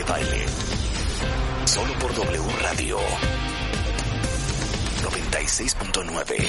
de Baile. Solo por W Radio 96.9.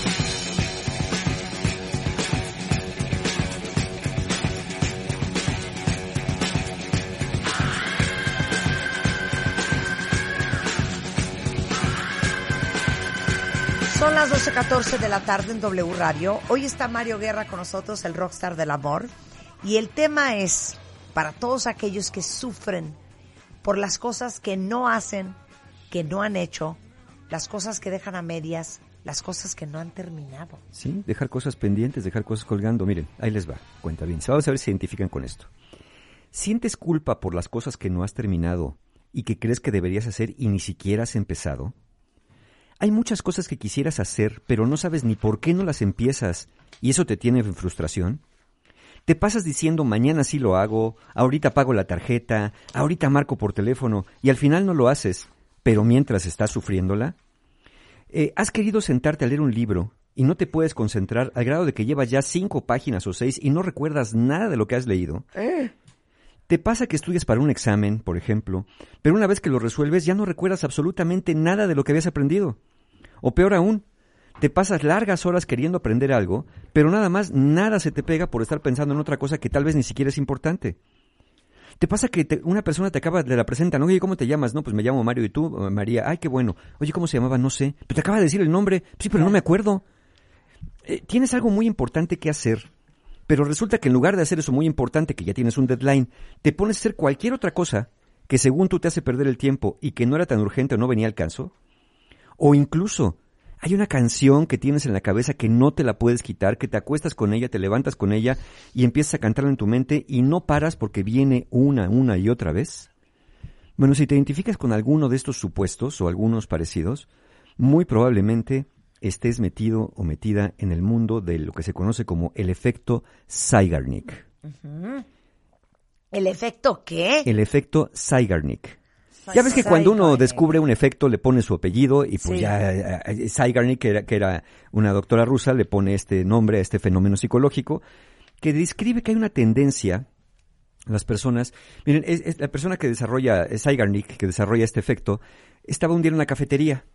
Son las 12:14 de la tarde en W Radio. Hoy está Mario Guerra con nosotros, el rockstar del amor. Y el tema es para todos aquellos que sufren por las cosas que no hacen, que no han hecho, las cosas que dejan a medias, las cosas que no han terminado. Sí, dejar cosas pendientes, dejar cosas colgando. Miren, ahí les va, cuenta bien. Vamos a ver si se identifican con esto. ¿Sientes culpa por las cosas que no has terminado y que crees que deberías hacer y ni siquiera has empezado? Hay muchas cosas que quisieras hacer, pero no sabes ni por qué no las empiezas, y eso te tiene en frustración. Te pasas diciendo, mañana sí lo hago, ahorita pago la tarjeta, ahorita marco por teléfono, y al final no lo haces, pero mientras estás sufriéndola. Has querido sentarte a leer un libro, y no te puedes concentrar al grado de que llevas ya 5 páginas o 6 y no recuerdas nada de lo que has leído. Te pasa que estudias para un examen, por ejemplo, pero una vez que lo resuelves ya no recuerdas absolutamente nada de lo que habías aprendido. O peor aún, te pasas largas horas queriendo aprender algo, pero nada más nada se te pega por estar pensando en otra cosa que tal vez ni siquiera es importante. Te pasa que una persona te acaba de la presentan, oye, ¿cómo te llamas? No, pues me llamo Mario, ¿y tú? María, ay, qué bueno. Oye, ¿cómo se llamaba? No sé. Pero te acaba de decir el nombre. Sí, pero no me acuerdo. Tienes algo muy importante que hacer. Pero resulta que en lugar de hacer eso muy importante, que ya tienes un deadline, te pones a hacer cualquier otra cosa que según tú te hace perder el tiempo y que no era tan urgente o no venía al caso. O incluso, hay una canción que tienes en la cabeza que no te la puedes quitar, que te acuestas con ella, te levantas con ella y empiezas a cantarla en tu mente y no paras porque viene una y otra vez. Bueno, si te identificas con alguno de estos supuestos o algunos parecidos, muy probablemente estés metido o metida en el mundo de lo que se conoce como el efecto Zeigarnik. Uh-huh. ¿El efecto qué? El efecto Zeigarnik. Ya ves que cuando uno descubre un efecto le pone su apellido y pues ya Zeigarnik, que era una doctora rusa, le pone este nombre a este fenómeno psicológico que describe que hay una tendencia, las personas, miren, es la persona que desarrolla, Zeigarnik, que desarrolla este efecto, estaba un día en una cafetería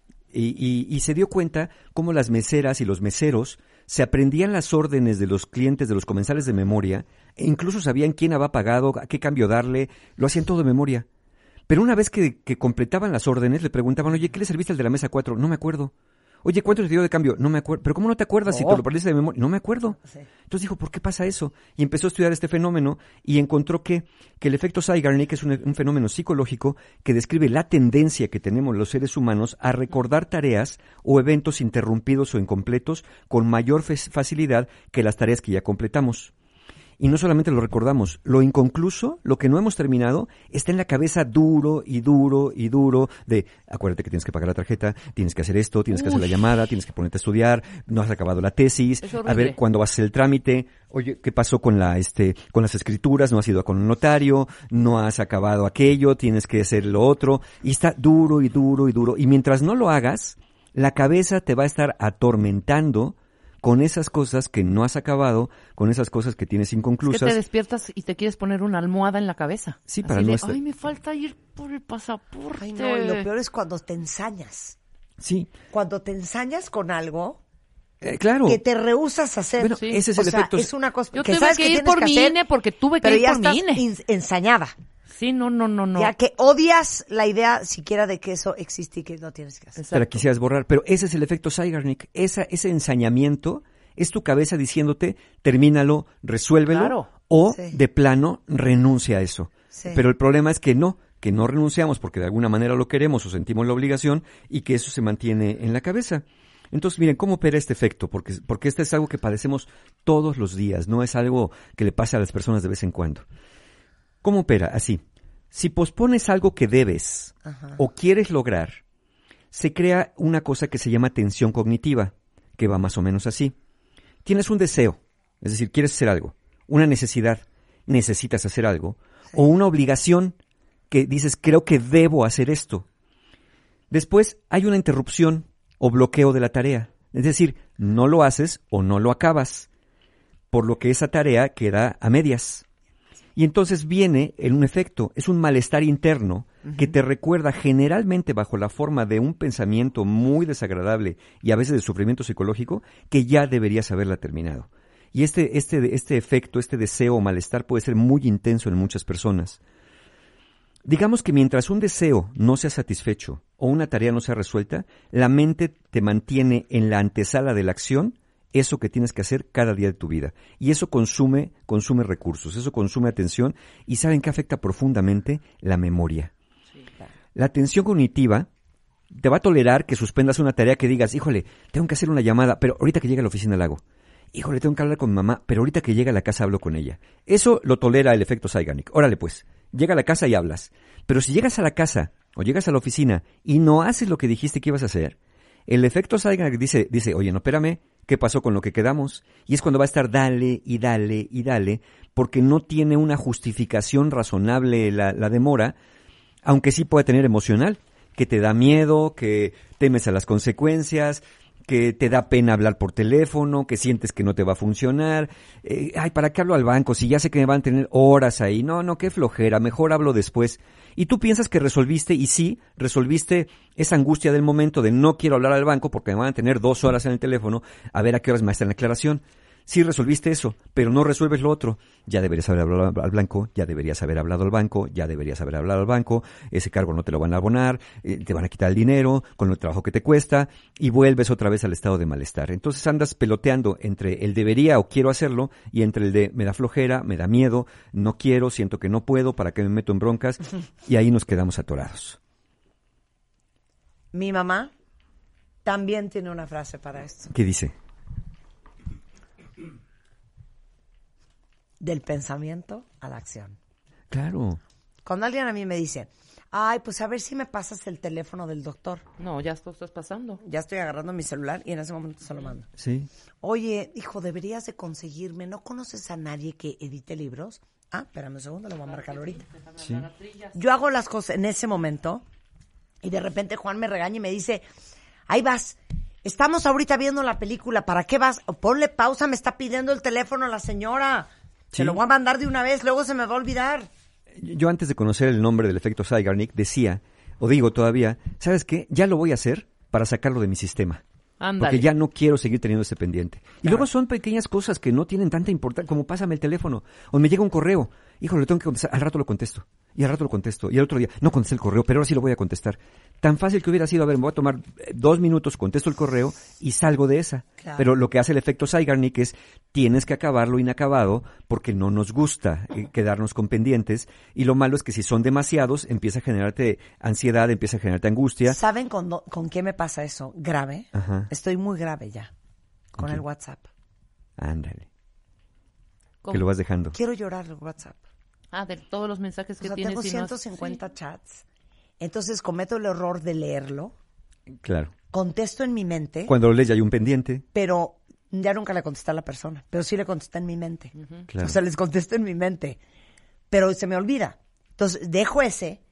y se dio cuenta cómo las meseras y los meseros se aprendían las órdenes de los clientes, de los comensales de memoria, e incluso sabían quién había pagado, a qué cambio darle, lo hacían todo de memoria. Pero una vez que completaban las órdenes, le preguntaban, oye, ¿qué le serviste al de la mesa 4? No me acuerdo. Oye, ¿cuánto te dio de cambio? No me acuerdo. ¿Pero cómo no te acuerdas si te lo aprendiste de memoria? No me acuerdo. Sí. Entonces dijo, ¿por qué pasa eso? Y empezó a estudiar este fenómeno y encontró que el efecto Zeigarnik es un fenómeno psicológico que describe la tendencia que tenemos los seres humanos a recordar tareas o eventos interrumpidos o incompletos con mayor facilidad que las tareas que ya completamos. Y no solamente lo recordamos, lo inconcluso, lo que no hemos terminado, está en la cabeza duro y duro y duro de, acuérdate que tienes que pagar la tarjeta, tienes que hacer esto, tienes que hacer la llamada, tienes que ponerte a estudiar, no has acabado la tesis, a ver cuándo vas a hacer el trámite, oye, ¿qué pasó con con las escrituras? No has ido con un notario, no has acabado aquello, tienes que hacer lo otro, y está duro y duro y duro, y mientras no lo hagas, la cabeza te va a estar atormentando con esas cosas que no has acabado, con esas cosas que tienes inconclusas. Es que te despiertas y te quieres poner una almohada en la cabeza. Sí, para no estar... Ay, me falta ir por el pasaporte. Ay, no, y lo peor es cuando te ensañas. Sí. Cuando te ensañas con algo... claro. Que te rehusas a hacer. Bueno, sí. Ese es el efecto. Es una cosa yo que tuve sabes que que ir por mi INE porque tuve que ir por mi INE. Pero ya estás ensañada. Sí, no. Ya que odias la idea siquiera de que eso existe y que no tienes que hacer. Pero quisieras borrar. Pero ese es el efecto Zeigarnik. Ese ensañamiento es tu cabeza diciéndote, termínalo, resuélvelo, claro. O de plano renuncia a eso. Sí. Pero el problema es que no renunciamos porque de alguna manera lo queremos o sentimos la obligación y que eso se mantiene en la cabeza. Entonces, miren, ¿cómo opera este efecto? Porque este es algo que padecemos todos los días, no es algo que le pasa a las personas de vez en cuando. ¿Cómo opera? Así. Si pospones algo que debes o quieres lograr, se crea una cosa que se llama tensión cognitiva, que va más o menos así. Tienes un deseo, es decir, quieres hacer algo, una necesidad, necesitas hacer algo, o una obligación que dices, creo que debo hacer esto. Después hay una interrupción o bloqueo de la tarea, es decir, no lo haces o no lo acabas, por lo que esa tarea queda a medias. Y entonces viene en un efecto, es un malestar interno que te recuerda generalmente bajo la forma de un pensamiento muy desagradable y a veces de sufrimiento psicológico que ya deberías haberla terminado. Y este efecto, este deseo o malestar puede ser muy intenso en muchas personas. Digamos que mientras un deseo no sea satisfecho o una tarea no sea resuelta, la mente te mantiene en la antesala de la acción eso que tienes que hacer cada día de tu vida. Y eso consume recursos, eso consume atención y ¿saben qué afecta profundamente? La memoria. Sí, claro. La atención cognitiva te va a tolerar que suspendas una tarea que digas, híjole, tengo que hacer una llamada, pero ahorita que llegue a la oficina la hago. Híjole, tengo que hablar con mi mamá, pero ahorita que llegue a la casa hablo con ella. Eso lo tolera el efecto Zeigarnik. Órale pues, llega a la casa y hablas. Pero si llegas a la casa o llegas a la oficina y no haces lo que dijiste que ibas a hacer, el efecto Zeigarnik dice, oye, no, espérame, ¿qué pasó con lo que quedamos? Y es cuando va a estar dale y dale y dale, porque no tiene una justificación razonable la demora, aunque sí puede tener emocional, que te da miedo, que temes a las consecuencias, que te da pena hablar por teléfono, que sientes que no te va a funcionar. ¿Para qué hablo al banco? Si ya sé que me van a tener horas ahí. No, qué flojera, mejor hablo después. Y tú piensas que resolviste, y sí, resolviste esa angustia del momento de no quiero hablar al banco porque me van a tener 2 horas en el teléfono a ver a qué horas me está en la aclaración. Sí resolviste eso, pero no resuelves lo otro. Ya deberías haber hablado al banco, ya deberías haber hablado al banco, ya deberías haber hablado al banco, ese cargo no te lo van a abonar, te van a quitar el dinero con el trabajo que te cuesta y vuelves otra vez al estado de malestar. Entonces andas peloteando entre el debería o quiero hacerlo y entre el de me da flojera, me da miedo, no quiero, siento que no puedo, ¿para qué me meto en broncas? Y ahí nos quedamos atorados. Mi mamá también tiene una frase para esto. ¿Qué dice? Del pensamiento a la acción. Claro. Cuando alguien a mí me dice, ay, pues a ver si me pasas el teléfono del doctor. No, ya lo estás pasando. Ya estoy agarrando mi celular y en ese momento se lo mando. Sí. Oye, hijo, deberías de conseguirme, ¿no conoces a nadie que edite libros? Ah, espérame un segundo, lo voy a marcar ahorita. Sí. Yo hago las cosas en ese momento y de repente Juan me regaña y me dice, ahí vas, estamos ahorita viendo la película, ¿para qué vas? Ponle pausa, me está pidiendo el teléfono la señora. Sí. Se lo voy a mandar de una vez, luego se me va a olvidar. Yo antes de conocer el nombre del efecto Zeigarnik decía, o digo todavía, ¿sabes qué? Ya lo voy a hacer para sacarlo de mi sistema. Ándale. Porque ya no quiero seguir teniendo ese pendiente. Y luego son pequeñas cosas que no tienen tanta importancia, como pásame el teléfono, o me llega un correo, híjole, lo tengo que contestar, al rato lo contesto, y al rato lo contesto, y al otro día, no contesté el correo, pero ahora sí lo voy a contestar. Tan fácil que hubiera sido, a ver, me voy a tomar 2 minutos, contesto el correo y salgo de esa. Claro. Pero lo que hace el efecto Zeigarnik es, tienes que acabarlo inacabado porque no nos gusta quedarnos con pendientes, y lo malo es que si son demasiados, empieza a generarte ansiedad, empieza a generarte angustia. ¿Saben con qué me pasa eso? Grave. Ajá. Estoy muy grave ya. Con el WhatsApp. Ándale. ¿Cómo? Que lo vas dejando. Quiero llorar el WhatsApp. De todos los mensajes que tienes. Tengo 150 chats. Entonces cometo el error de leerlo. Claro. Contesto en mi mente. Cuando lo lees ya hay un pendiente. Pero ya nunca le contesté a la persona. Pero sí le contesté en mi mente. Claro. O sea, les contesto en mi mente. Pero se me olvida. Entonces dejo ese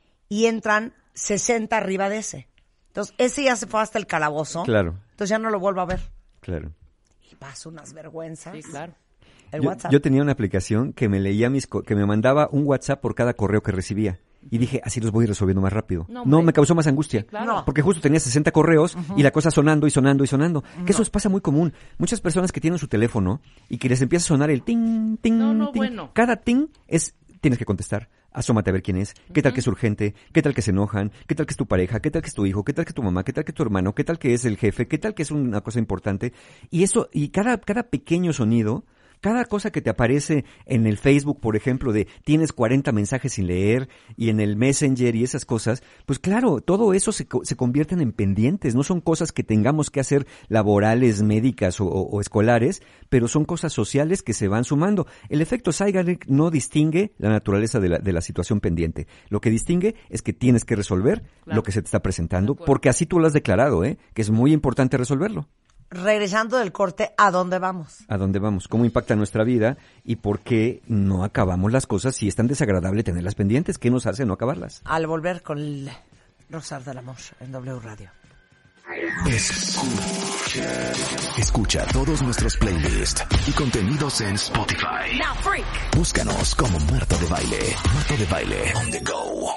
y entran 60 arriba de ese. Entonces ese ya se fue hasta el calabozo. Claro. Entonces ya no lo vuelvo a ver. Claro. Y paso unas vergüenzas. Sí, claro. El WhatsApp. Yo tenía una aplicación que me leía que me mandaba un WhatsApp por cada correo que recibía. Y dije, así los voy resolviendo más rápido. No, me causó más angustia. Sí, claro. Porque justo tenía 60 correos y la cosa sonando y sonando y sonando. Que eso pasa muy común. Muchas personas que tienen su teléfono y que les empieza a sonar el ting, ting, ting. Bueno. Cada ting es, tienes que contestar. Asómate a ver quién es, qué tal que es urgente, qué tal que se enojan, qué tal que es tu pareja, qué tal que es tu hijo, qué tal que es tu mamá, qué tal que es tu hermano, qué tal que es el jefe, qué tal que es una cosa importante. Y eso, y cada pequeño sonido, cada cosa que te aparece en el Facebook, por ejemplo, de tienes 40 mensajes sin leer, y en el Messenger y esas cosas, pues claro, todo eso se convierten en pendientes. No son cosas que tengamos que hacer laborales, médicas o escolares, pero son cosas sociales que se van sumando. El efecto Zeigarnik no distingue la naturaleza de la situación pendiente. Lo que distingue es que tienes que resolver lo que se te está presentando, porque así tú lo has declarado, que es muy importante resolverlo. Regresando del corte, ¿a dónde vamos? ¿A dónde vamos? ¿Cómo impacta nuestra vida? ¿Y por qué no acabamos las cosas si es tan desagradable tenerlas pendientes? ¿Qué nos hace no acabarlas? Al volver con el Rockstar del Amor en W Radio. Escucha. Escucha todos nuestros playlists y contenidos en Spotify. Búscanos como Marta de Baile. Marta de Baile on the go.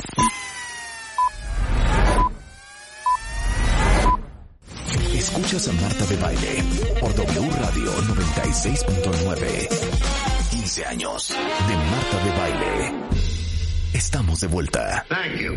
Escuchas a Marta de Baile por W Radio 96.9. 15 años de Marta de Baile. Estamos de vuelta. Thank you.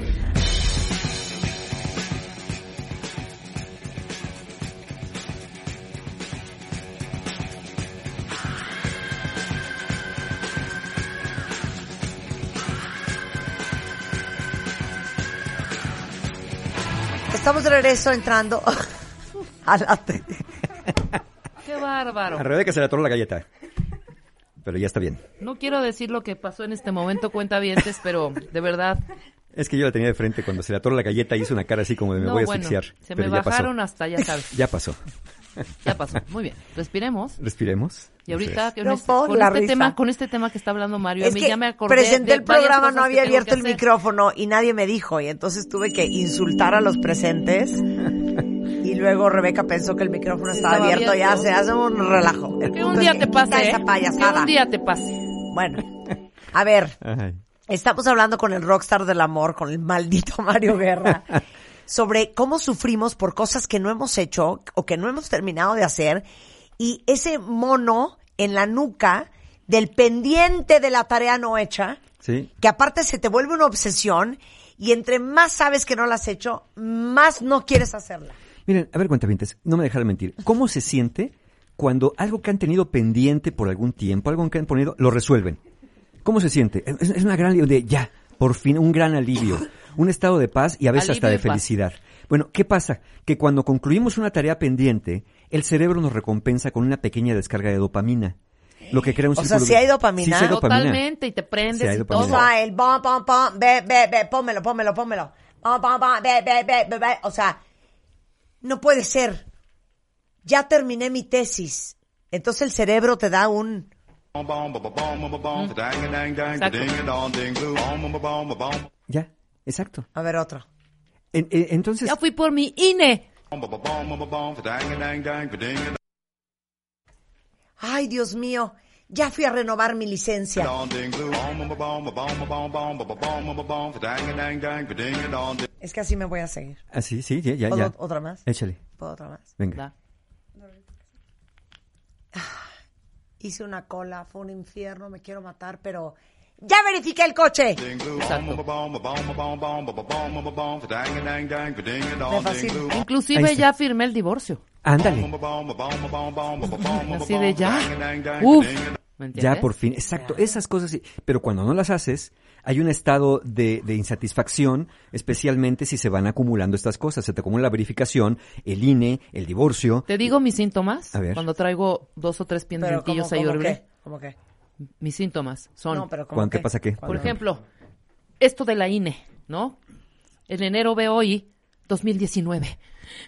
Estamos de regreso entrando a la ¡Qué bárbaro! A Rebeca se le atoró la galleta. Pero ya está bien. No quiero decir lo que pasó en este momento, cuentavientes, pero de verdad. Es que yo la tenía de frente cuando se le atoró la galleta y hizo una cara así como de me voy a asfixiar. Se pero me ya bajaron pasó. hasta, ya sabes. Ya pasó. Ya pasó. Muy bien. Respiremos. Respiremos. Y ahorita No puedo la risa. con este tema que está hablando Mario, Es a mí que ya me acordé presenté de el varias programa, cosas no que había tengo abierto que el hacer. micrófono y nadie me dijo. Y entonces tuve que insultar a los presentes. Y luego Rebeca pensó que el micrófono estaba abierto. Ya se hace un relajo. El Que punto un día es te quita pase, esa que payasada. un día te pase. Bueno, a ver. Ay. Estamos hablando con el rockstar del amor, con el maldito Mario Guerra, sobre cómo sufrimos por cosas que no hemos hecho o que no hemos terminado de hacer, y ese mono en la nuca del pendiente de la tarea no hecha, Sí. que aparte se te vuelve una obsesión, y entre más sabes que no la has hecho, más no quieres hacerla. Miren, a ver, cuentavientes, no me dejarán mentir. ¿Cómo se siente cuando algo que han tenido pendiente por algún tiempo, algo que han ponido, lo resuelven? ¿Cómo se siente? Es una gran alivio de ya, por fin, un gran alivio, un estado de paz y a veces hasta Alivio de y paz. felicidad. Bueno, ¿qué pasa? Que cuando concluimos una tarea pendiente, el cerebro nos recompensa con una pequeña descarga de dopamina, lo que crea un O sea, círculo. ¿sí hay dopamina? Sí, sí hay dopamina. Totalmente, y te prendes Sí, hay y dopamina. O todo. sea, el bom, bom, bom, ve, pónmelo. Bom, bom, bom, ve. O sea, no puede ser. Ya terminé mi tesis. Entonces el cerebro te da un... Ya, exacto. A ver, otro. Entonces, Ya fui por mi INE. Ay, Dios mío, ya fui a renovar mi licencia. Es que así me voy a seguir. así, sí, ya, ¿Puedo ya. otra más? Échale, ¿Puedo otra más? venga. Da. Hice una cola, fue un infierno, me quiero matar, pero... ¡Ya verifiqué el coche! Exacto. Me fascina. Inclusive Ahí está. ya firmé el divorcio. Ándale, Así de ya. Uf. ¿Me entiendes? ya por fin, exacto, esas cosas sí. Pero cuando no las haces, hay un estado de insatisfacción, especialmente si se van acumulando estas cosas. Se te acumula la verificación, el INE, el divorcio. ¿Te digo mis síntomas? A ver. Cuando traigo 2 o 3 Pero pendientillos ahí ¿cómo horribles. qué? ¿Cómo qué? Mis síntomas son, No, pero ¿cómo ¿Cuándo qué? te pasa qué? por ejemplo, esto de la INE, ¿no? En enero veo hoy 2019.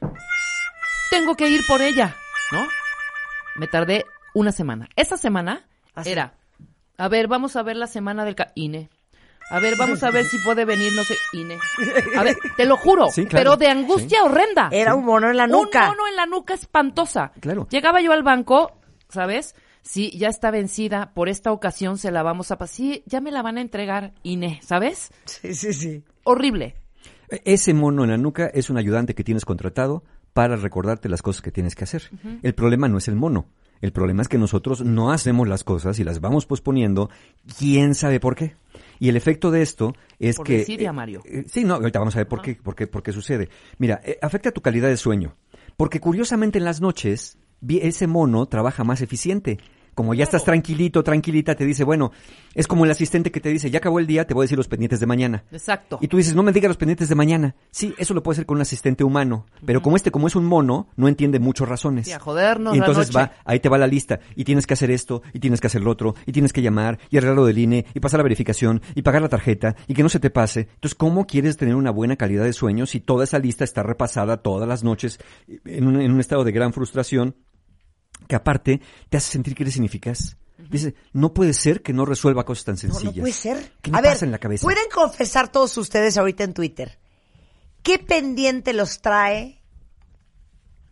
Tengo que ir por ella, ¿no? Me tardé una semana. Esa semana ¿Ah, sí? era, a ver, vamos a ver la semana del INE. A ver, vamos a ver si puede venir, no sé, INE. A ver, te lo juro, Sí, claro. pero de angustia horrenda. Era un mono en la nuca. Un mono en la nuca espantosa. Claro. Llegaba yo al banco, ¿sabes? Sí, ya está vencida, por esta ocasión se la vamos a pasar. Sí, ya me la van a entregar, INE, ¿sabes? Sí. Horrible. Ese mono en la nuca es un ayudante que tienes contratado para recordarte las cosas que tienes que hacer. El problema no es el mono. El problema es que nosotros no hacemos las cosas y las vamos posponiendo. ¿Quién sabe por qué? Y el efecto de esto es Por que... desidia, Mario. Sí, no, ahorita vamos a ver por qué sucede. Mira, afecta tu calidad de sueño. Porque curiosamente en las noches, ese mono trabaja más eficiente. Como ya estás tranquilito, tranquilita, te dice, bueno, es como el asistente que te dice, ya acabó el día, te voy a decir los pendientes de mañana. Exacto. Y tú dices, no me digas los pendientes de mañana. Sí, eso lo puede hacer con un asistente humano. Pero como es un mono, no entiende muchas razones. Sí, a jodernos Y entonces la noche. ahí te va la lista. Y tienes que hacer esto, y tienes que hacer lo otro, y tienes que llamar, y arreglar lo del INE, y pasar la verificación, y pagar la tarjeta, y que no se te pase. Entonces, ¿cómo quieres tener una buena calidad de sueño si toda esa lista está repasada todas las noches en un estado de gran frustración que aparte te hace sentir que eres ineficaz? Dice, no puede ser que no resuelva cosas tan sencillas. No puede ser. ¿Qué me A ver, pasa en la cabeza? ¿pueden confesar todos ustedes ahorita en Twitter qué pendiente los trae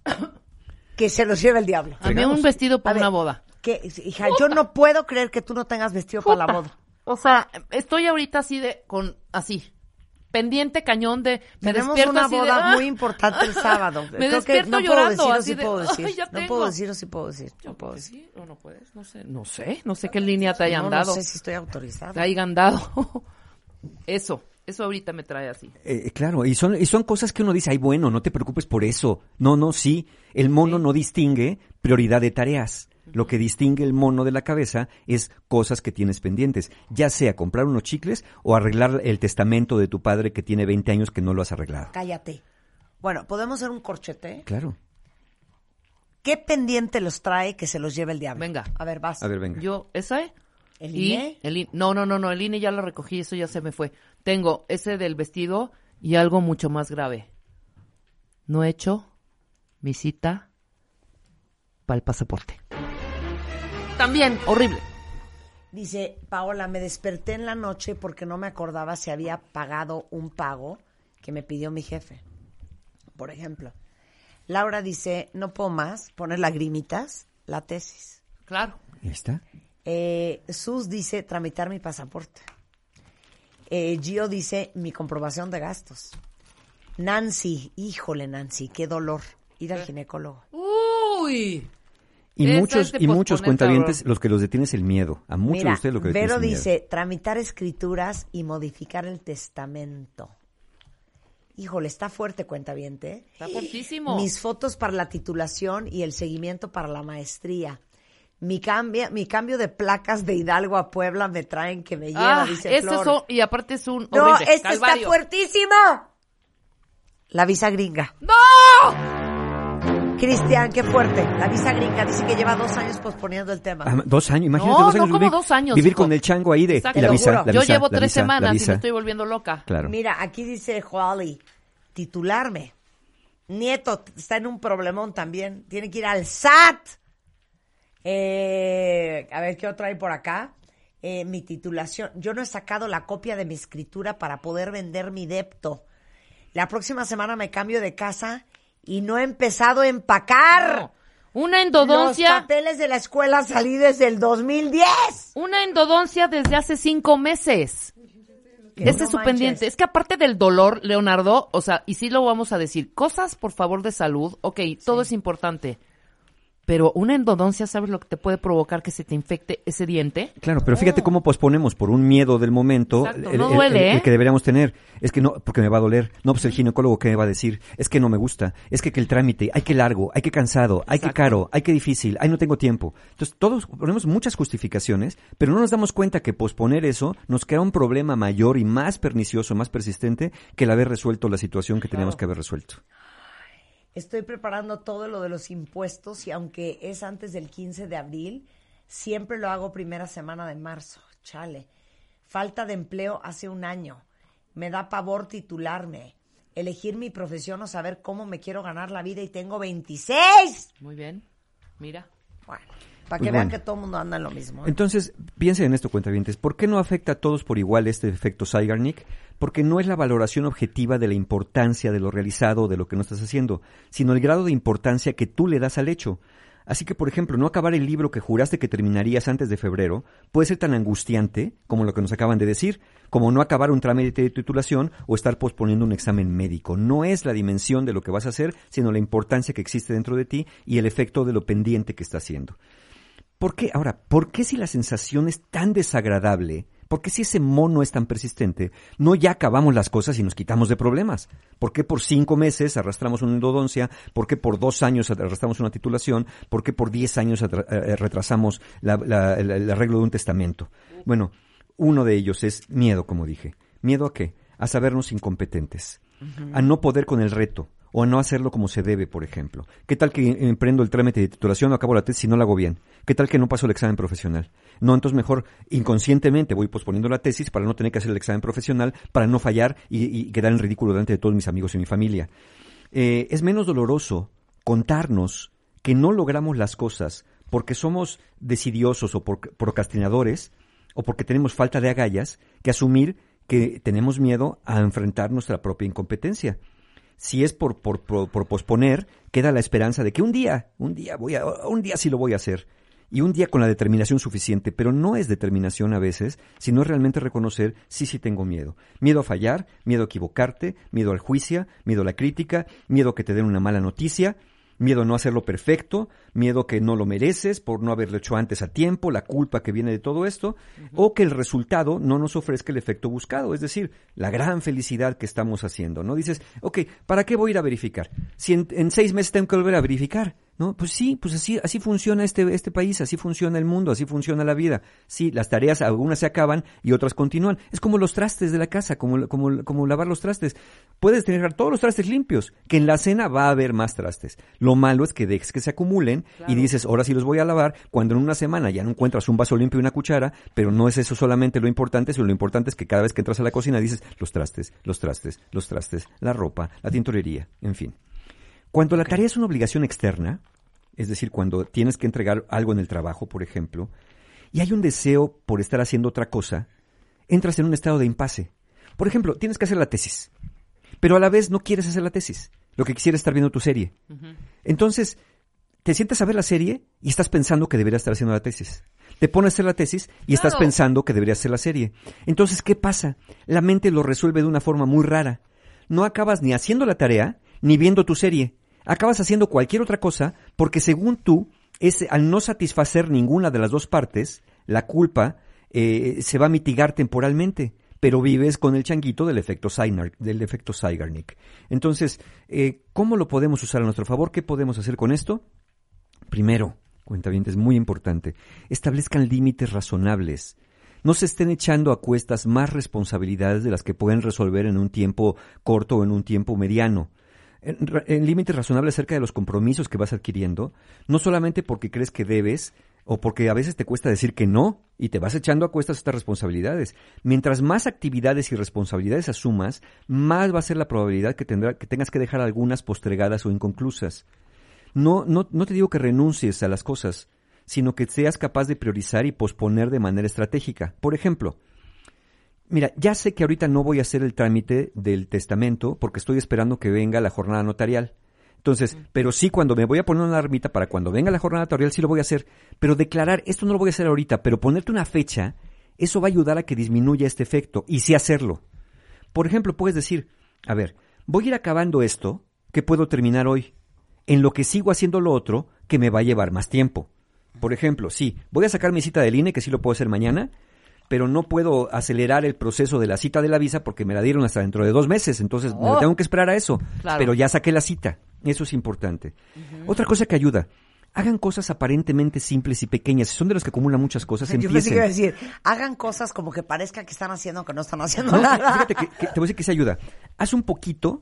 que se los lleve el diablo. A mí un vestido para una boda. Que, hija, yo no puedo creer que tú no tengas vestido para la boda. O sea, estoy ahorita así, pendiente cañón de... Tenemos una boda muy importante el sábado. Me Creo despierto que no llorando, puedo así decir o sí de, puedo decir. "Ay, ya No tengo". puedo decir o sí puedo decir. No puedo ¿Puedes decir. ir o no puedes? No sé qué línea te hayan dado. No sé si estoy autorizada. Te hayan dado. Eso ahorita me trae así. Claro, y son cosas que uno dice, ay, bueno, no te preocupes por eso. No, sí, el mono no distingue prioridad de tareas. Lo que distingue el mono de la cabeza es cosas que tienes pendientes, ya sea comprar unos chicles o arreglar el testamento de tu padre que tiene 20 años que no lo has arreglado. Cállate. Bueno, ¿podemos hacer un corchete? Claro. ¿Qué pendiente los trae que se los lleve el diablo? Venga. A ver, vas. A ver, venga. Yo, ¿esa es? ¿El INE? No, el INE ya lo recogí, eso ya se me fue. Tengo ese del vestido y algo mucho más grave. No he hecho mi cita para el pasaporte. También, horrible. Dice, Paola, me desperté en la noche porque no me acordaba si había pagado un pago que me pidió mi jefe. Por ejemplo. Laura dice, no puedo más, poner lagrimitas, la tesis. Claro. ¿Ahí está? Sus dice, tramitar mi pasaporte. Gio dice, mi comprobación de gastos. Nancy, híjole Nancy, qué dolor, ir al ginecólogo. Uy. Y Esa muchos es de muchos posponer, cuentavientes, cabrón. los que los detiene es el miedo. A muchos Mira, de ustedes lo que detiene Vero es el miedo. dice, tramitar escrituras y modificar el testamento. Híjole, está fuerte, cuentaviente. Está fuertísimo. Mis fotos para la titulación y el seguimiento para la maestría. Mi cambio de placas de Hidalgo a Puebla me traen que me lleva, dice Flor. Y aparte es un No, horrible este calvario. está fuertísimo. La visa gringa. ¡No! Cristian, qué fuerte. La visa gringa dice que lleva 2 años posponiendo el tema. 2 años, imagínate, No, 2 años. no, como 2 años, Vivir hijo. con el chango ahí de Exacto. la Te lo visa, juro. la Yo visa, llevo la 3 visa, la semanas y visa. me estoy volviendo loca. Claro. Mira, aquí dice Joali, titularme. Nieto está en un problemón también. Tiene que ir al SAT. A ver, ¿qué otro hay por acá? Mi titulación. Yo no he sacado la copia de mi escritura para poder vender mi depto. La próxima semana me cambio de casa y no he empezado a empacar. No. Una endodoncia. Los papeles de la escuela salí desde el 2010. Una endodoncia desde hace 5 meses. Que Ese no es su manches. pendiente. Es que aparte del dolor, Leonardo, o sea, y sí lo vamos a decir, cosas por favor de salud, ok, todo es importante. Pero una endodoncia, ¿sabes lo que te puede provocar que se te infecte ese diente? Claro, pero fíjate cómo posponemos por un miedo del momento Exacto, no duele, el que deberíamos tener. Es que no, porque me va a doler. No, pues el ginecólogo, ¿qué me va a decir? Es que no me gusta. Es que el trámite, ay, que largo, ay, que cansado, ay, que Exacto. caro, ay, que difícil, ay, no tengo tiempo. Entonces, todos ponemos muchas justificaciones, pero no nos damos cuenta que posponer eso nos crea un problema mayor y más pernicioso, más persistente, que el haber resuelto la situación que teníamos que haber resuelto. Estoy preparando todo lo de los impuestos y aunque es antes del 15 de abril, siempre lo hago primera semana de marzo. Chale. Falta de empleo hace 1 año. Me da pavor titularme. Elegir mi profesión o saber cómo me quiero ganar la vida y tengo 26. Muy bien, mira. Bueno, para Pues que vean bueno. que todo el mundo anda en lo mismo. Entonces, piensen en esto, cuentavientes. ¿Por qué no afecta a todos por igual este efecto Zeigarnik? Porque no es la valoración objetiva de la importancia de lo realizado o de lo que no estás haciendo, sino el grado de importancia que tú le das al hecho. Así que, por ejemplo, no acabar el libro que juraste que terminarías antes de febrero puede ser tan angustiante como lo que nos acaban de decir, como no acabar un trámite de titulación o estar posponiendo un examen médico. No es la dimensión de lo que vas a hacer, sino la importancia que existe dentro de ti y el efecto de lo pendiente que está haciendo. ¿Por qué? Ahora, ¿por qué si la sensación es tan desagradable? ¿Por qué si ese mono es tan persistente? No ya acabamos las cosas y nos quitamos de problemas. ¿Por qué por 5 meses arrastramos una endodoncia? ¿Por qué por 2 años arrastramos una titulación? ¿Por qué por 10 años retrasamos el arreglo de un testamento? Bueno, uno de ellos es miedo, como dije. ¿Miedo a qué? A sabernos incompetentes. A no poder con el reto. O a no hacerlo como se debe, por ejemplo. ¿Qué tal que emprendo el trámite de titulación o acabo la tesis si no la hago bien? ¿Qué tal que no paso el examen profesional? No, entonces mejor inconscientemente voy posponiendo la tesis para no tener que hacer el examen profesional, para no fallar y quedar en ridículo delante de todos mis amigos y mi familia. Es menos doloroso contarnos que no logramos las cosas porque somos decidiosos o procrastinadores o porque tenemos falta de agallas que asumir que tenemos miedo a enfrentar nuestra propia incompetencia. Si es por posponer, queda la esperanza de que un día sí lo voy a hacer. Y un día con la determinación suficiente, pero no es determinación a veces, sino es realmente reconocer, sí tengo miedo. Miedo a fallar, miedo a equivocarte, miedo al juicio, miedo a la crítica, miedo a que te den una mala noticia, miedo a no hacerlo perfecto, miedo a que no lo mereces por no haberlo hecho antes a tiempo, la culpa que viene de todo esto, o que el resultado no nos ofrezca el efecto buscado, es decir, la gran felicidad que estamos haciendo, ¿no? Dices, ok, ¿para qué voy a ir a verificar? Si en 6 meses tengo que volver a verificar, ¿no? Pues sí, pues así funciona este país, así funciona el mundo, así funciona la vida. Sí, las tareas, algunas se acaban y otras continúan. Es como los trastes de la casa, como lavar los trastes. Puedes tener todos los trastes limpios, que en la cena va a haber más trastes. Lo malo es que dejes que se acumulen y dices, ahora sí los voy a lavar, cuando en una semana ya no encuentras un vaso limpio y una cuchara, pero no es eso solamente lo importante, sino lo importante es que cada vez que entras a la cocina dices, los trastes, la ropa, la tintorería, en fin. Cuando la tarea es una obligación externa, es decir, cuando tienes que entregar algo en el trabajo, por ejemplo, y hay un deseo por estar haciendo otra cosa, entras en un estado de impasse. Por ejemplo, tienes que hacer la tesis, pero a la vez no quieres hacer la tesis. Lo que quisieras es estar viendo tu serie. Entonces, te sientas a ver la serie y estás pensando que deberías estar haciendo la tesis. Te pones a hacer la tesis y estás pensando que deberías hacer la serie. Entonces, ¿qué pasa? La mente lo resuelve de una forma muy rara. No acabas ni haciendo la tarea, ni viendo tu serie. Acabas haciendo cualquier otra cosa porque según tú, al no satisfacer ninguna de las dos partes, la culpa se va a mitigar temporalmente, pero vives con el changuito del efecto Zeigarnik. Entonces, ¿cómo lo podemos usar a nuestro favor? ¿Qué podemos hacer con esto? Primero, cuentavientes, muy importante, establezcan límites razonables. No se estén echando a cuestas más responsabilidades de las que pueden resolver en un tiempo corto o en un tiempo mediano. En límites razonables acerca de los compromisos que vas adquiriendo, no solamente porque crees que debes o porque a veces te cuesta decir que no y te vas echando a cuestas estas responsabilidades. Mientras más actividades y responsabilidades asumas, más va a ser la probabilidad que tengas que dejar algunas postergadas o inconclusas. No te digo que renuncies a las cosas, sino que seas capaz de priorizar y posponer de manera estratégica. Por ejemplo, mira, ya sé que ahorita no voy a hacer el trámite del testamento porque estoy esperando que venga la jornada notarial. Entonces, pero sí, cuando me voy a poner una alarmita para cuando venga la jornada notarial, sí lo voy a hacer. Pero declarar, esto no lo voy a hacer ahorita, pero ponerte una fecha, eso va a ayudar a que disminuya este efecto y sí hacerlo. Por ejemplo, puedes decir, a ver, voy a ir acabando esto que puedo terminar hoy, en lo que sigo haciendo lo otro que me va a llevar más tiempo. Por ejemplo, sí, voy a sacar mi cita del INE, que sí lo puedo hacer mañana, pero no puedo acelerar el proceso de la cita de la visa porque me la dieron hasta dentro de 2 meses, entonces me tengo que esperar a eso. Claro. Pero ya saqué la cita, eso es importante. Otra cosa que ayuda, hagan cosas aparentemente simples y pequeñas, si son de los que acumulan muchas cosas, Yo empiecen. Yo pensé que iba a decir, hagan cosas como que parezca que están haciendo, que no están haciendo nada. Fíjate que te voy a decir que se ayuda. Haz un poquito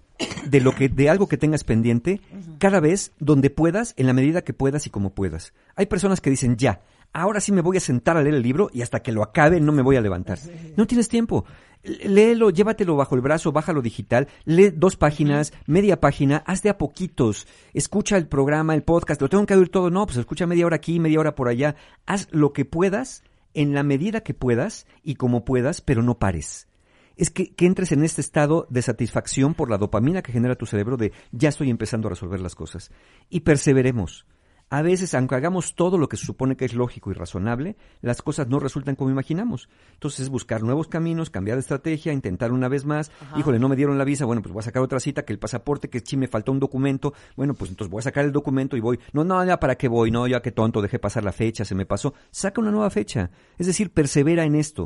de algo que tengas pendiente, cada vez donde puedas, en la medida que puedas y como puedas. Hay personas que dicen, ya, ahora sí me voy a sentar a leer el libro y hasta que lo acabe no me voy a levantar. No tienes tiempo. Léelo, llévatelo bajo el brazo, bájalo digital, lee 2 páginas, media página, haz de a poquitos. Escucha el programa, el podcast, lo tengo que oír todo. No, pues escucha media hora aquí, media hora por allá. Haz lo que puedas, en la medida que puedas y como puedas, pero no pares. Es que entres en este estado de satisfacción por la dopamina que genera tu cerebro de ya estoy empezando a resolver las cosas. Y perseveremos. A veces, aunque hagamos todo lo que se supone que es lógico y razonable, las cosas no resultan como imaginamos. Entonces es buscar nuevos caminos, cambiar de estrategia, intentar una vez más. Híjole, no me dieron la visa, bueno, pues voy a sacar otra cita, que el pasaporte, que sí me faltó un documento. Bueno, pues entonces voy a sacar el documento y voy. No, ya para qué voy, no, ya qué tonto, dejé pasar la fecha, se me pasó. Saca una nueva fecha. Es decir, persevera en esto.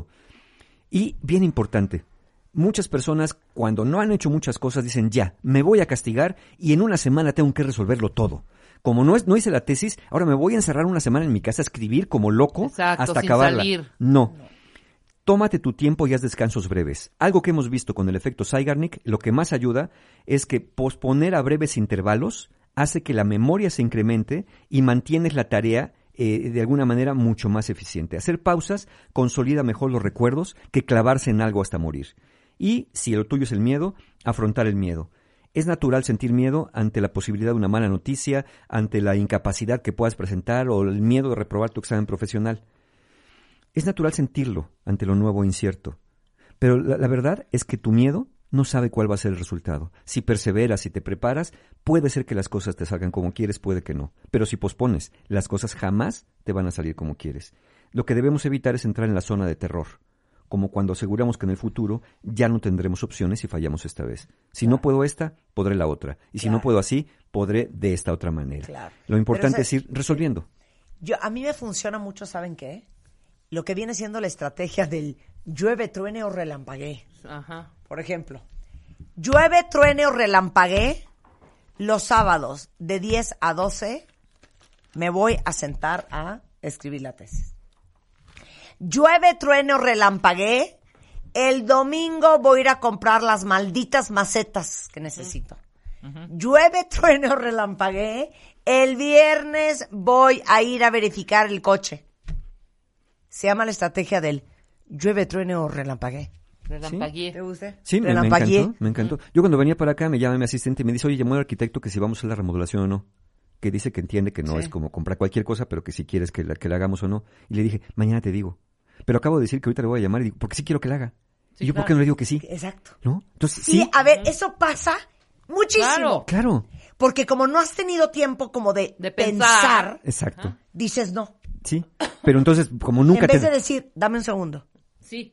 Y, bien importante, muchas personas cuando no han hecho muchas cosas dicen, ya, me voy a castigar y en una semana tengo que resolverlo todo. Como no hice la tesis, ahora me voy a encerrar una semana en mi casa a escribir como loco. Exacto, hasta sin acabarla. Salir. No. Tómate tu tiempo y haz descansos breves. Algo que hemos visto con el efecto Zeigarnik, lo que más ayuda es que posponer a breves intervalos hace que la memoria se incremente y mantienes la tarea de alguna manera mucho más eficiente. Hacer pausas consolida mejor los recuerdos que clavarse en algo hasta morir. Y, si lo tuyo es el miedo, afrontar el miedo. Es natural sentir miedo ante la posibilidad de una mala noticia, ante la incapacidad que puedas presentar o el miedo de reprobar tu examen profesional. Es natural sentirlo ante lo nuevo e incierto. Pero la verdad es que tu miedo no sabe cuál va a ser el resultado. Si perseveras, si te preparas, puede ser que las cosas te salgan como quieres, puede que no. Pero si pospones, las cosas jamás te van a salir como quieres. Lo que debemos evitar es entrar en la zona de terror, como cuando aseguramos que en el futuro ya no tendremos opciones si fallamos esta vez. Si no puedo esta, podré la otra. Y si no puedo así, podré de esta otra manera. Claro. Lo importante es ir resolviendo. A mí me funciona mucho, ¿saben qué? Lo que viene siendo la estrategia del llueve, truene o relampaguee. Ajá. Por ejemplo, llueve, truene o relampaguee, los sábados de 10 a 12 me voy a sentar a escribir la tesis. Llueve, truene o relampaguee, el domingo voy a ir a comprar las malditas macetas que necesito. Llueve, truene o relampaguee, el viernes voy a ir a verificar el coche. Se llama la estrategia del llueve, truene o relampaguee. Relampaguee. ¿Te gusta? Sí, me encantó. Yo cuando venía para acá me llama mi asistente y me dice, oye, llamó al arquitecto que si vamos a hacer la remodelación o no. Que dice que entiende que no es como comprar cualquier cosa, pero que si quieres que la hagamos o no. Y le dije, mañana te digo. Pero acabo de decir que ahorita le voy a llamar y digo, porque sí quiero que la haga. Sí, y yo, claro. ¿por qué no le digo que sí? Exacto. ¿No? Entonces, Sí, a ver, eso pasa muchísimo. Claro. Porque como no has tenido tiempo como de pensar, Exacto. dices no. Sí. Pero entonces, como nunca En vez de decir, dame un segundo, Sí.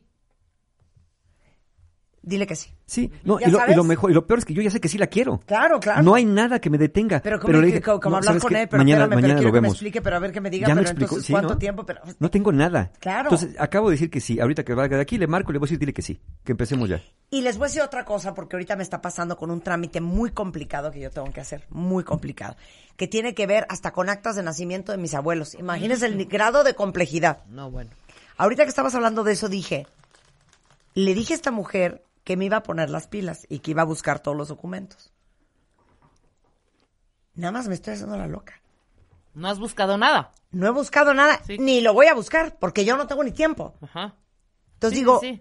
dile que sí. Sí, no, ¿Ya y sabes? lo mejor, y lo peor es que yo ya sé que sí la quiero. Claro, claro. No hay nada que me detenga. Pero como, le dije, como no, hablar ¿sabes con qué? él, pero mañana espérame, pero quiero lo que me vemos. explique, pero a ver qué me diga, Ya me pero explicó, entonces, sí, ¿cuánto ¿no? tiempo? Pero No tengo nada. Claro. Entonces, acabo de decir que sí. Ahorita que valga de aquí, le marco y le voy a decir, dile que sí. Que empecemos ya. Y les voy a decir otra cosa, porque ahorita me está pasando con un trámite muy complicado que yo tengo que hacer, muy complicado, que tiene que ver hasta con actas de nacimiento de mis abuelos. Imagínense el grado de complejidad. No, bueno. Ahorita que estabas hablando de eso, le dije a esta mujer que me iba a poner las pilas y que iba a buscar todos los documentos. Nada más me estoy haciendo la loca. No has buscado nada. No he buscado nada, Sí. ni lo voy a buscar, porque yo no tengo ni tiempo. Ajá. Entonces Sí, digo, sí.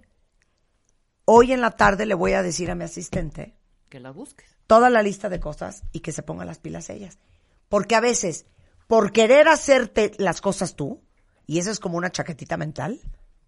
hoy en la tarde le voy a decir a mi asistente Que la busques. toda la lista de cosas y que se pongan las pilas ellas. Porque a veces, por querer hacerte las cosas tú, y eso es como una chaquetita mental,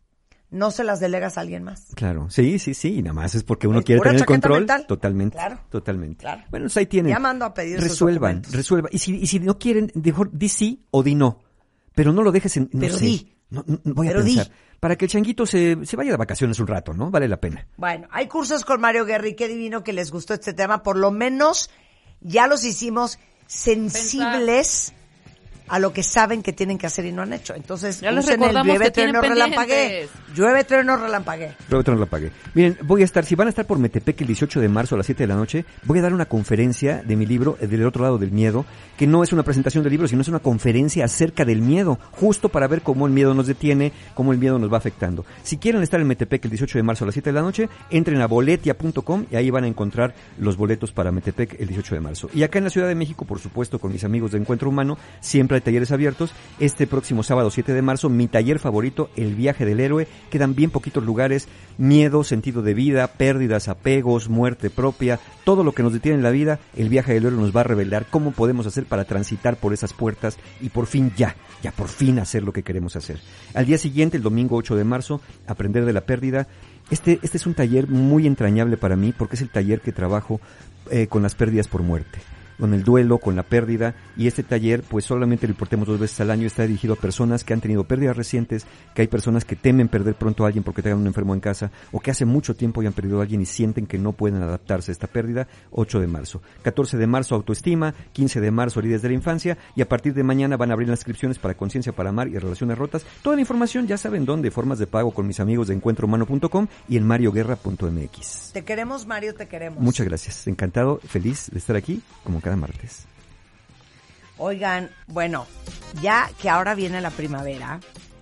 no se las delegas a alguien más. Claro. Sí. Y nada más es porque uno Es quiere pura tener el chaqueta control. mental. Totalmente. Claro. Totalmente. Claro. Bueno, pues ahí tienen. Ya mando a pedir sus Resuelvan. documentos. Y si no quieren, mejor di sí o di no. Pero no lo dejes en... No Pero sé. di. No, voy a Pero pensar. di. Para que el changuito se vaya de vacaciones un rato, ¿no? Vale la pena. Bueno, hay cursos con Mario Guerra y qué divino que les gustó este tema. Por lo menos ya los hicimos sensibles a lo que saben que tienen que hacer y no han hecho. Entonces, Ya les usen el recordamos llueve, que tienen trueno, relampaguee. pendientes. Llueve, trueno, relampaguee. Pero otro no lo pagué. Miren, si van a estar por Metepec el 18 de marzo a las 7 de la noche, voy a dar una conferencia de mi libro, Del otro lado del miedo, que no es una presentación del libro, sino es una conferencia acerca del miedo, justo para ver cómo el miedo nos detiene, cómo el miedo nos va afectando. Si quieren estar en Metepec el 18 de marzo a las 7 de la noche, entren a boletia.com y ahí van a encontrar los boletos para Metepec el 18 de marzo. Y acá en la Ciudad de México, por supuesto, con mis amigos de Encuentro Humano, siempre hay talleres abiertos. Este próximo sábado 7 de marzo, mi taller favorito, El viaje del héroe. Quedan bien poquitos lugares. Miedo, sentido de vida, pérdidas, apegos, muerte propia, todo lo que nos detiene en la vida, el viaje del héroe nos va a revelar cómo podemos hacer para transitar por esas puertas y por fin ya por fin hacer lo que queremos hacer. Al día siguiente, el domingo 8 de marzo, Aprender de la pérdida. Este es un taller muy entrañable para mí porque es el taller que trabajo con las pérdidas por muerte, con el duelo, con la pérdida, y este taller pues solamente lo importemos 2 veces al año. Está dirigido a personas que han tenido pérdidas recientes, que hay personas que temen perder pronto a alguien porque tengan un enfermo en casa, o que hace mucho tiempo ya han perdido a alguien y sienten que no pueden adaptarse a esta pérdida. 8 de marzo. 14 de marzo, autoestima. 15 de marzo, heridas de la infancia, y a partir de mañana van a abrir las inscripciones para Conciencia para Amar y Relaciones Rotas. Toda la información ya saben dónde, formas de pago con mis amigos de encuentrohumano.com y en marioguerra.mx. Te queremos, Mario, te queremos. Muchas gracias, encantado, feliz de estar aquí como cada martes. Oigan, bueno, ya que ahora viene la primavera,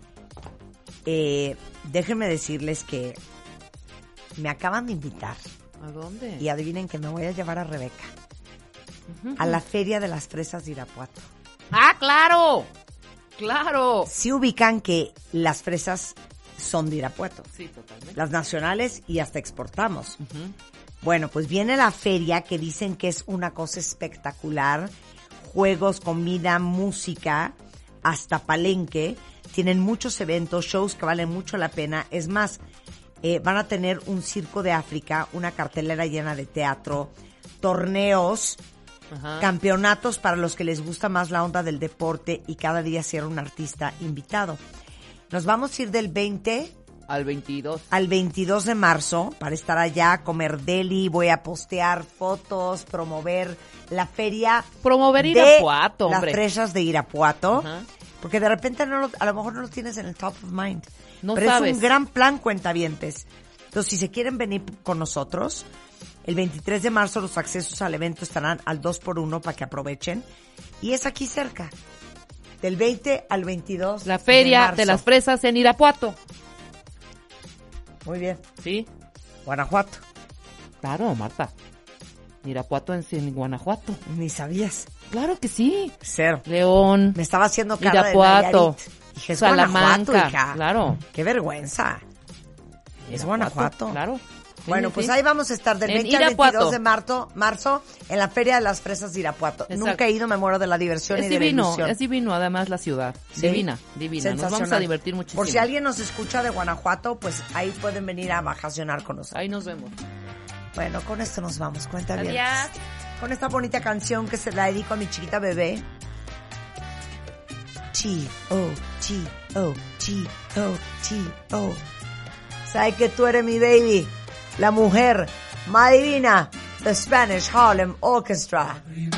déjenme decirles que me acaban de invitar, ¿A dónde? y adivinen que me voy a llevar a Rebeca a la Feria de las Fresas de Irapuato. ¡Ah, claro! ¡Claro! Sí ubican que las fresas son de Irapuato, Sí, totalmente. las nacionales, y hasta exportamos. Ujú. Bueno, pues viene la feria, que dicen que es una cosa espectacular. Juegos, comida, música, hasta palenque. Tienen muchos eventos, shows que valen mucho la pena. Es más, van a tener un circo de África, una cartelera llena de teatro, torneos, campeonatos para los que les gusta más la onda del deporte y cada día ser un artista invitado. Nos vamos a ir del 20 al 22. Al 22 de marzo para estar allá, comer deli, voy a postear fotos, promover la feria. Promover Irapuato, de hombre. Las fresas de Irapuato. Ajá. Porque de repente a lo mejor no lo tienes en el top of mind. No pero sabes. es un gran plan, cuentavientes. Entonces, si se quieren venir con nosotros, el 23 de marzo los accesos al evento estarán al 2x1 para que aprovechen. Y es aquí cerca. Del 20 al 22 La feria de marzo. de las fresas en Irapuato. Muy bien. Sí, Guanajuato. claro, Marta. Irapuato en Guanajuato. Ni sabías. Claro que sí. Cero. León, Me estaba haciendo cara Irapuato, de Nayarit. Dije, es Guanajuato, Salamanca. hija. Claro. Qué vergüenza. Es Guanajuato. Claro. Sí, Bueno, sí, pues sí. ahí vamos a estar del En 20 al Irapuato. 22 de marzo en la Feria de las Fresas de Irapuato. Exacto. Nunca he ido, me muero de la diversión Es y de la divino, ilusión. es divino además la ciudad. ¿Sí? Divina, divina. Nos vamos Sensacional. a divertir muchísimo. Por si alguien nos escucha de Guanajuato, pues ahí pueden venir a vacacionar con nosotros. Ahí nos vemos. Bueno, con esto nos vamos, cuenta bien. Adiós. Con esta bonita canción que se la dedico a mi chiquita bebé. G-O, G-O, G-O, G-O. Sabe que tú eres mi baby, la mujer más divina, The Spanish Harlem Orchestra.